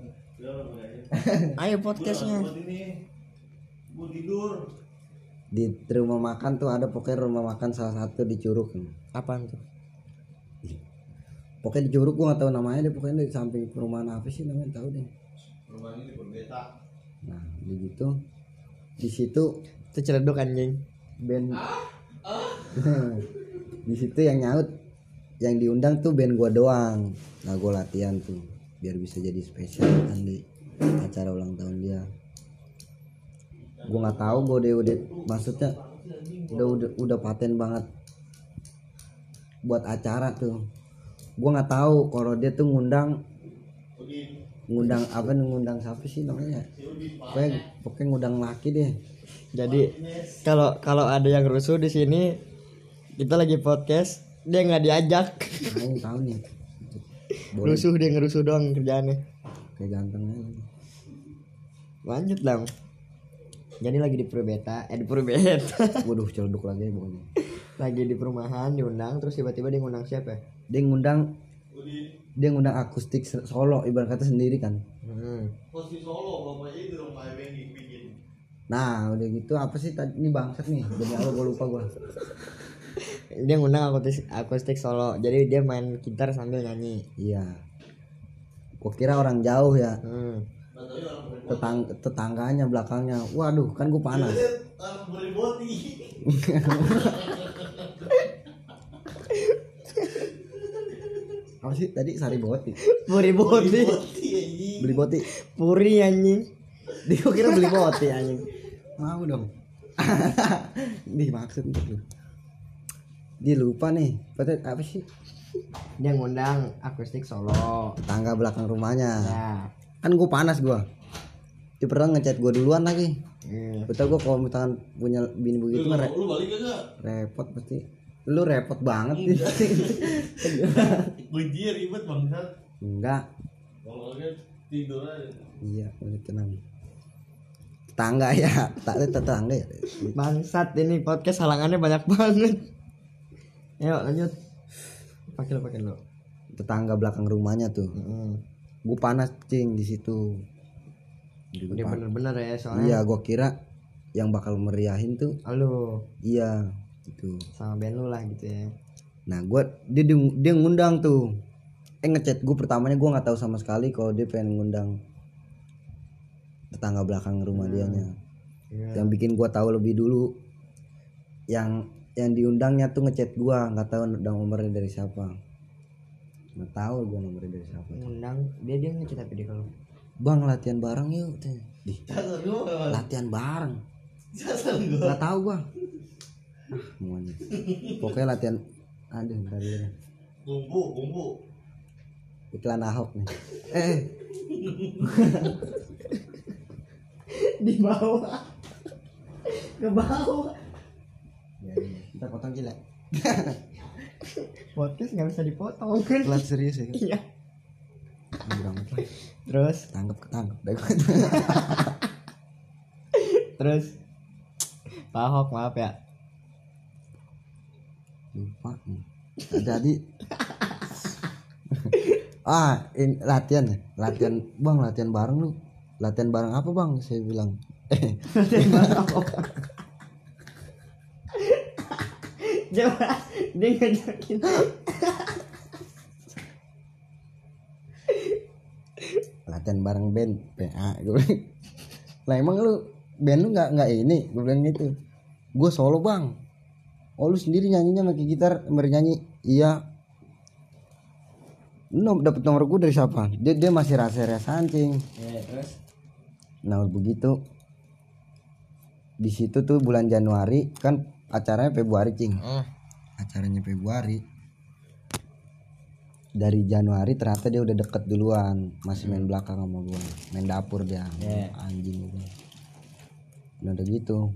Ayo podcastnya. Gue tidur. Di rumah makan tuh ada pokoknya rumah makan salah satu di Curug. Apaan tuh? Pokoknya di Curug gue nggak tahu namanya deh, pokoknya di samping perumahan apa sih namanya, tahu deh. Perumahan ini berbeda. Nah begitu di situ itu celeduk anjing. Band. Di situ yang nyaut, yang diundang tuh band gua doang. Nah gua latihan tuh biar bisa jadi spesial kan di acara ulang tahun dia. Gua nggak tahu gua udah udah maksudnya udah udah udah paten banget buat acara tuh. Gua nggak tahu kalau dia tuh ngundang ngundang apa ngundang siapa sih namanya? Pokoknya pokoknya ngundang laki deh. Jadi kalau kalau ada yang rusuh di sini, kita lagi podcast, dia nggak diajak. Nah, tahu nih. Boleh. Rusuh dia ngerusuh doang kerjaannya. Kayak ganteng aja. Lanjut lang. Jadi lagi di Purbeta, eh di Purbeta. Waduh, celduk lagi pokoknya. Lagi di perumahan diundang, terus tiba-tiba dia ngundang siapa? Dia ngundang dia ngundang akustik solo, ibarat kata sendiri kan. Hmm. Posisi solo bapaknya itu dong kayak Benny bikin. Nah udah gitu apa sih tadi ini bangsat nih demi Allah gue lupa gue. Dia ngundang akustik, akustik solo. Jadi dia main gitar sambil nyanyi. Iya. Gue kira orang jauh ya. Hmm. Tetang tetangganya belakangnya. Waduh kan gue panas. Orang beriboti. Apa sih tadi Sari Boti? Puri boti. Beriboti anjing. Beli boti. Puri anjing. Dia gua kira beli boti anjing. Mau dong. Di maksud untuk lu. Dia lupa nih. Berarti apa sih? Dia ngundang akustik solo. Tangga belakang rumahnya. Nah. Kan gue panas gue. Dia pernah ngechat gue duluan lagi. Hmm. Betul gue kalau misalkan punya bini begitu Lu, nge- lu balik kagak? repot pasti. Lu repot banget sih. Bujir ribet bangsat. Enggak. Kalau kagak tidur aja. Iya, udah tenang. Tetangga ya, tak tetangga ya. Bangsat ini podcast halangannya banyak banget. Ayo lanjut. Pakai lo pakai lo. Tetangga belakang rumahnya tuh. Hmm. Gue panas cing di situ. Gua Dia pan- bener-bener ya soalnya. Iya, gue kira yang bakal meriahin tuh. Halo Iya, gitu. sama band lu lah gitu ya. Nah, gue dia dia dia ngundang tuh. Eh ngechat gue pertamanya gue nggak tahu sama sekali kalau dia pengen ngundang tetangga belakang rumah Hmm. dianya. Iya. Yang bikin gue tahu lebih dulu yang yang diundangnya tuh ngechat gue, nggak tahu nomornya dari siapa. Nggak tahu gue nomornya dari siapa. Ngundang dia dia ngechat apa dia kalau Bang latihan bareng yuk. Teh. Dih, Jangan gua. latihan bareng. Jangan gua. Nggak tahu gue. Ah, semuanya. Pokoknya latihan. Aduh, bentar dulu. Bumbu, bumbu. Iklan Ahok nih. Eh, di bawah ke bawah. ya, ya. Kita potong gila. Podcast nggak bisa dipotong kan? Iklan serius ya. Iya. Banget lah. Terus Tangkap ketangkep. Dah gua. terus Pak Ahok maaf ya. Lupa nih. Jadi ah in, latihan ya latihan bang latihan bareng lu latihan bareng apa bang saya bilang eh Jelas dia ngajakin. latihan bareng band P A gue bilang. Lah emang lu band lu nggak nggak ini gue bilang gitu gue solo bang. Oh lu sendiri nyanyinya pakai gitar bernyanyi iya. Lu dapet nomor gue dari siapa? Dia dia masih rasa-rasa anjing. Ya, terus Nah begitu di situ tuh bulan Januari kan acaranya Februari cing. Acaranya Februari. Dari Januari ternyata dia udah deket duluan, masih main belakang sama gue, main dapur dia, Yeah. anjing gue. Nah udah gitu,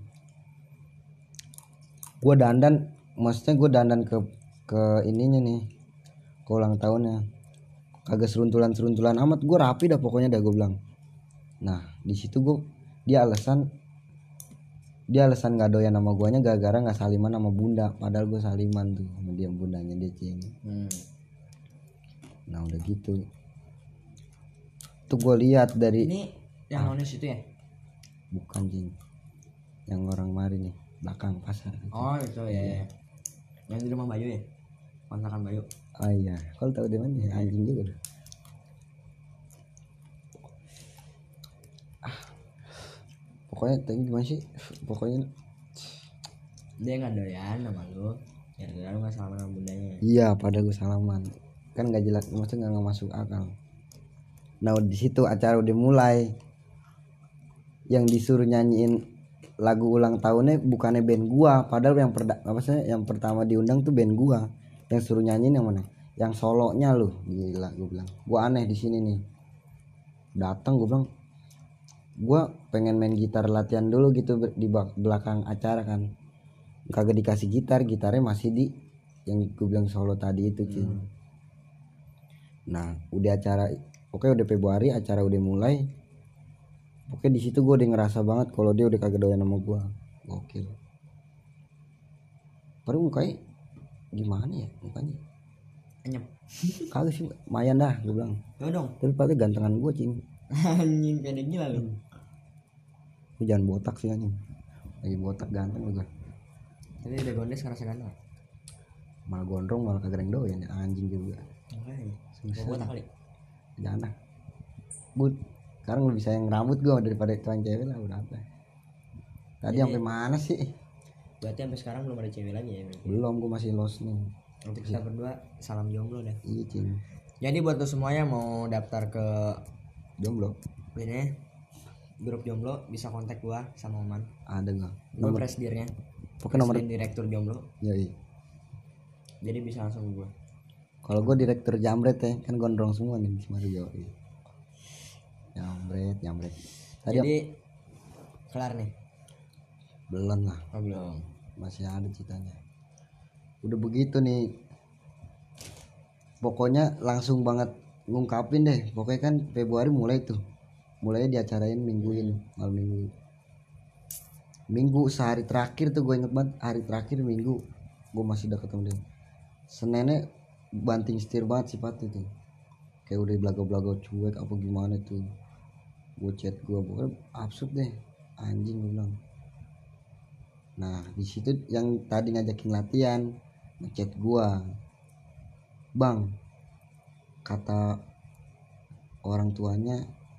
gue dandan, maksudnya gue dandan ke ke ininya nih, ke ulang tahunnya, kagak seruntulan seruntulan amat, gue rapi dah pokoknya dah gue bilang. Nah di situ gue dia alasan dia alasan nggak doyan sama guanya gara-gara nggak saliman sama bunda, padahal gue saliman tuh sama dia bundanya dia cing. hmm. Nah udah gitu tuh gue lihat dari Ini yang nonis itu ya? bukan jing yang orang mari nih belakang pasar. Oh itu ya, ya. Yang di rumah Bayu ya, kontrakan Bayu. Ah iya kalau tahu di mana ya, anjing juga udah. Ah, pokoknya tadi gimana sih pokoknya Dia nggak doyan sama lu, ya lu nggak sama sama bundanya. iya pada gue salaman kan nggak jelas maksudnya nggak masuk akal. Nah di situ acara udah mulai, yang disuruh nyanyiin lagu ulang tahunnya bukannya band gua, padahal yang perda apa sih yang pertama diundang tuh band gua, yang suruh nyanyiin yang mana, yang solonya lu gila gue bilang. Gua aneh di sini nih, datang gue bilang gua pengen main gitar latihan dulu gitu di belakang acara kan, kagak dikasih gitar, gitarnya masih di yang gue bilang solo tadi itu cing. Hmm. Nah udah acara oke udah Februari acara udah mulai, oke di situ gue udah ngerasa banget kalau dia udah kagak doyan sama gue. Gokil. Baru mukanya gimana ya mukanya? Anyep. Kagak sih, lumayan dah gue bilang. Yo dong. Tapi paling gantengan gue cing. Anjing pede gila lu. Lu jangan botak sih anjing. Lagi botak ganteng lu gua. Tapi udah gondes ngerasa ganteng. Malah gondrong malah kagak doyan ya anjing juga. Makanya. Susah. Gua botak kali. Jangan. But, sekarang lebih sayang rambut gua daripada tuan cewek lah udah apa. Tadi Jadi- sampai mana sih? Berarti sampai sekarang belum ada cewek lagi ya berarti. Belum, gua masih lost nih. Untuk kita berdua salam jomblo deh. Iya, Cing. Jadi buat lo semuanya mau daftar ke Jomblo. ini grup jomblo bisa kontak gua sama Oman. Ada gua. Gua Nomor presidennya. pokoknya nomor Presiden direktur jomblo. yoi. Jadi bisa langsung ke gua. Kalau gua direktur jamret ya, kan gondrong semua nih di Mario. Jamret, jamret. Tadi Jadi kelar nih. belum lah, Oh, belum. masih ada ceritanya. Udah begitu nih. Pokoknya langsung banget ngungkapin deh. Pokoknya kan Februari mulai tuh. Mulai diacarain mingguin, malam minggu. Minggu sehari terakhir tuh gue inget banget, hari terakhir minggu gue masih udah ketemu dia. Seninnya banting setir banget sifatnya tuh. Kayak udah belaga-belaga cuek apa gimana tuh. Gue chat gue pokoknya absurd deh. Anjing gue bilang. Nah, di situ yang tadi ngajakin latihan, ngechat gua. Bang, kata orang tuanya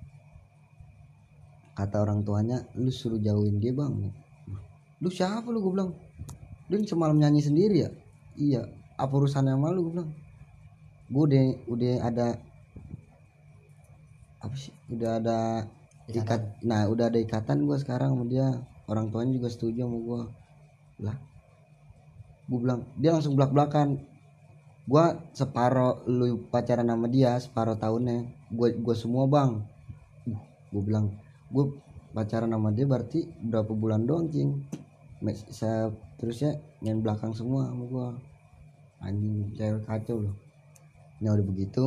kata orang tuanya lu suruh jauhin dia, Bang. Lu siapa lu, gua bilang. Lu semalam nyanyi sendiri ya? Iya, apa urusannya sama lu, gua bilang. Gua udah udah ada apa sih? Udah ada ikat. Nah, udah ada ikatan gua sekarang sama dia. Orang tuanya juga setuju sama gue lah. Gue bilang dia langsung belak-belakan. Gue separuh lu pacaran sama dia separuh tahunnya. Gue gue semua bang. Uh, gue bilang gue pacaran sama dia berarti berapa bulan doang cing. Saya terusnya main belakang semua sama gue. Anjing cewek kacau loh. Ini udah begitu.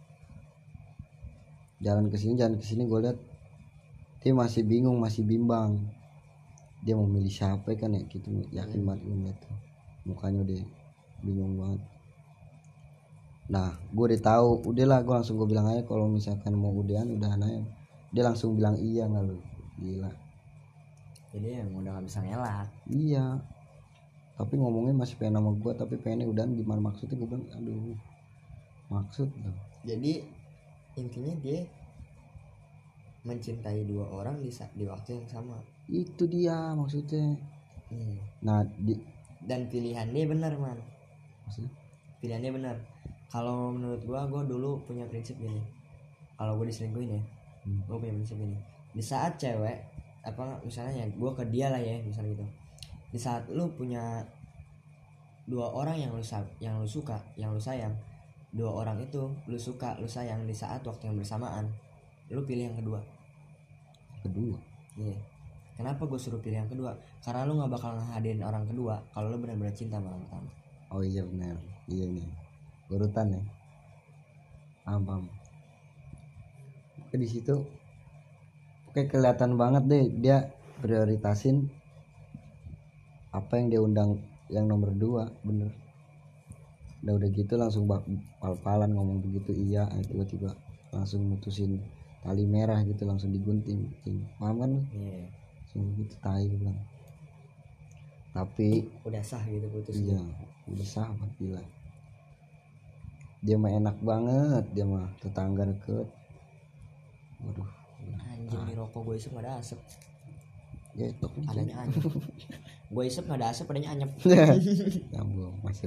Jalan kesini jalan kesini gue lihat dia masih bingung masih bimbang. Dia mau milih siapa kan ya gitu, yakin banget gue ngeliat tuh mukanya udah bingung banget. Nah gue udah tahu, udahlah gue langsung gue bilang aja kalau misalkan mau udahan udahan aja. Dia langsung bilang iya nggak lu, gila. Jadi emang udah gak bisa ngelak. Iya, tapi ngomongnya masih pengen sama gue, tapi pengennya udahan gimana maksudnya. Gue bilang aduh maksud dong. Jadi intinya dia mencintai dua orang di sa- di waktu yang sama. Itu dia maksudnya. Hmm. Nah di Dan pilihannya benar man. maksudnya Pilihannya benar. Kalau menurut gua, gua dulu punya prinsip gini. Kalau gua diselingkuhin ya, hmm. gua punya prinsip gini. Di saat cewek apa misalnya ya, gua ke dia lah ya, misalnya gitu. Di saat lu punya dua orang yang lu sa- yang lu suka, yang lu sayang, dua orang itu lu suka, lu sayang di saat waktu yang bersamaan, lu pilih yang kedua. kedua. Iya. Kenapa gue suruh pilih yang kedua? Karena lu nggak bakal ngehadirin orang kedua kalau lu benar-benar cinta sama orang pertama. Oh iya benar, iya nih urutan ya. Paham paham. Oke di situ, oke kelihatan banget deh dia prioritasin apa yang dia undang yang nomor dua, bener. Udah udah gitu langsung bak pal-palan ngomong begitu iya, tiba-tiba langsung mutusin tali merah gitu langsung digunting. Paham kan? Iya. Langsung gitu tai gue bilang. Tapi Udah sah gitu putus. iya udah sahabat gila. Dia mah enak banget, dia mah tetangga deket. Waduh. Anjing di rokok gue isep nggak ada asap. Getok. Adanya anyep. Gue isep nggak ada asap, adanya anyep. Nyambung masuk.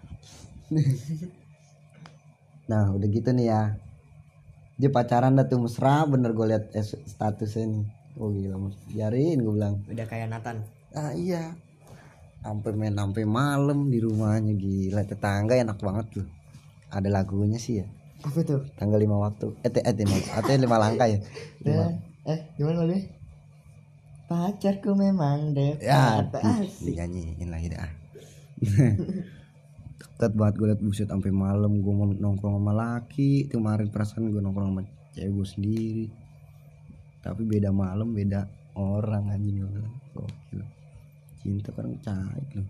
Nah udah gitu nih ya. Dia pacaran dah tuh mesra bener gue liat eh, statusnya nih. Oh gila mas, biarin gue bilang. Udah kayak Nathan. Ah iya. Sampai main sampai malam di rumahnya gila, tetangga enak banget tuh. Ada lagunya sih ya. Apa tuh? Tanggal lima waktu. Eh eh lima, atau lima langkah ya. Lima. Eh gimana lu? Pacarku memang deh. Ya, dinyanyiin lagi dah. Deket banget gue liat buset sampai malam gue mau nongkrong sama laki. Kemarin perasaan gue nongkrong sama cewek gue sendiri. Tapi beda malam, beda orang anjing gue bilang. Gokil. Cinta kan cair loh.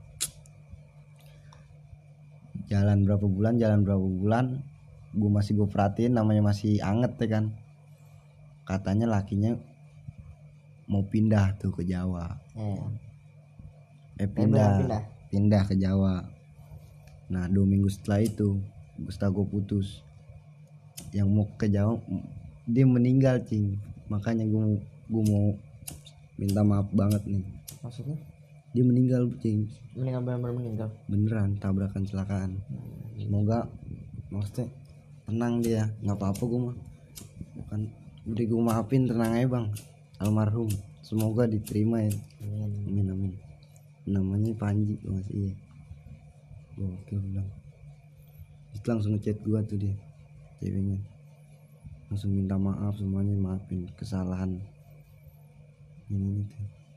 Jalan berapa bulan, jalan berapa bulan, gue masih gue perhatiin namanya masih anget ya kan. Katanya lakinya mau pindah tuh ke Jawa. eh Eh beneran pindah, pindah? pindah ke Jawa. Nah dua minggu setelah itu, setelah gue putus, yang mau ke Jawa dia meninggal cing. Makanya gue mau gue mau minta maaf banget nih. Maksudnya Dia meninggal cing, meninggal, benar-benar meninggal. beneran tabrakan celakaan. Semoga maksudnya tenang dia, nggak apa-apa gue mah. Bukan udah gue maafin, tenang aja bang, almarhum. Semoga diterima ya. Amin. Amin amin. Namanya Panji tuh masih iya. Gokil bilang. Itu langsung ngechat gua tuh dia, ceweknya. Langsung minta maaf semuanya, maafin kesalahan ini itu.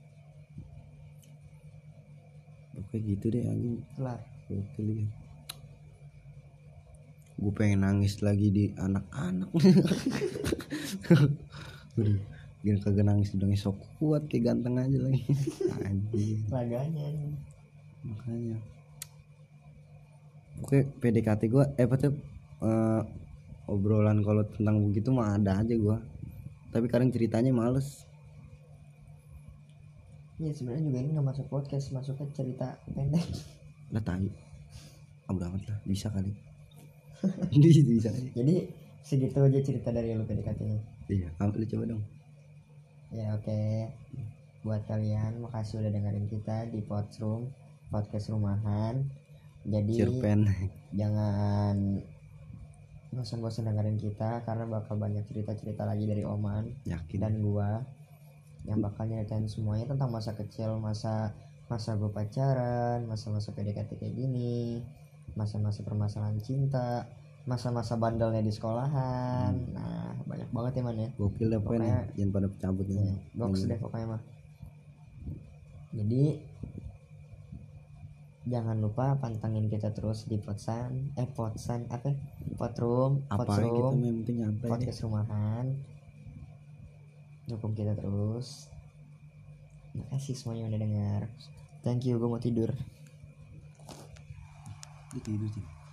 Oke gitu deh anjing. Kelar. Gokil ya. Gue pengen nangis lagi di anak-anak. Udah, biar kagak nangis udah sok kuat kayak ganteng aja lagi. Anjing. Laganya anjing. Makanya. Oke, P D K T gue eh apa tuh eh, obrolan kalau tentang begitu mah ada aja gue, tapi kadang ceritanya males. Iya sebenarnya juga ini nggak masuk podcast, masuknya cerita pendek. Lah tai abu amat lah, bisa kali. Bisa bisa kali. Jadi segitu aja cerita dari lu P D K T-nya. Iya, kamu lu coba dong. Ya oke. Buat kalian makasih udah dengerin kita di Podroom, podcast rumahan. Jadi Cerpen. jangan bosan-bosan dengerin kita karena bakal banyak cerita-cerita lagi dari Oman Yakin. dan gua yang bakal nyeritain semuanya tentang masa kecil, masa masa gua pacaran, masa-masa P D K T kayak gini, masa-masa permasalahan cinta, masa-masa bandelnya di sekolahan. Hmm. Nah banyak banget ya man ya. Gokil deh pokoknya, Pokoknya- jangan pada cabut Ya, nih. box deh pokoknya mah. Jadi jangan lupa pantengin kita terus di Podsan, eh Podsan apa? Podroom, Apa kita Podroom, mah yang penting nyantai deh. podcast rumahan. Dukung kita terus. Makasih semuanya udah dengar. Thank you, gue mau tidur. Dia tidur sih.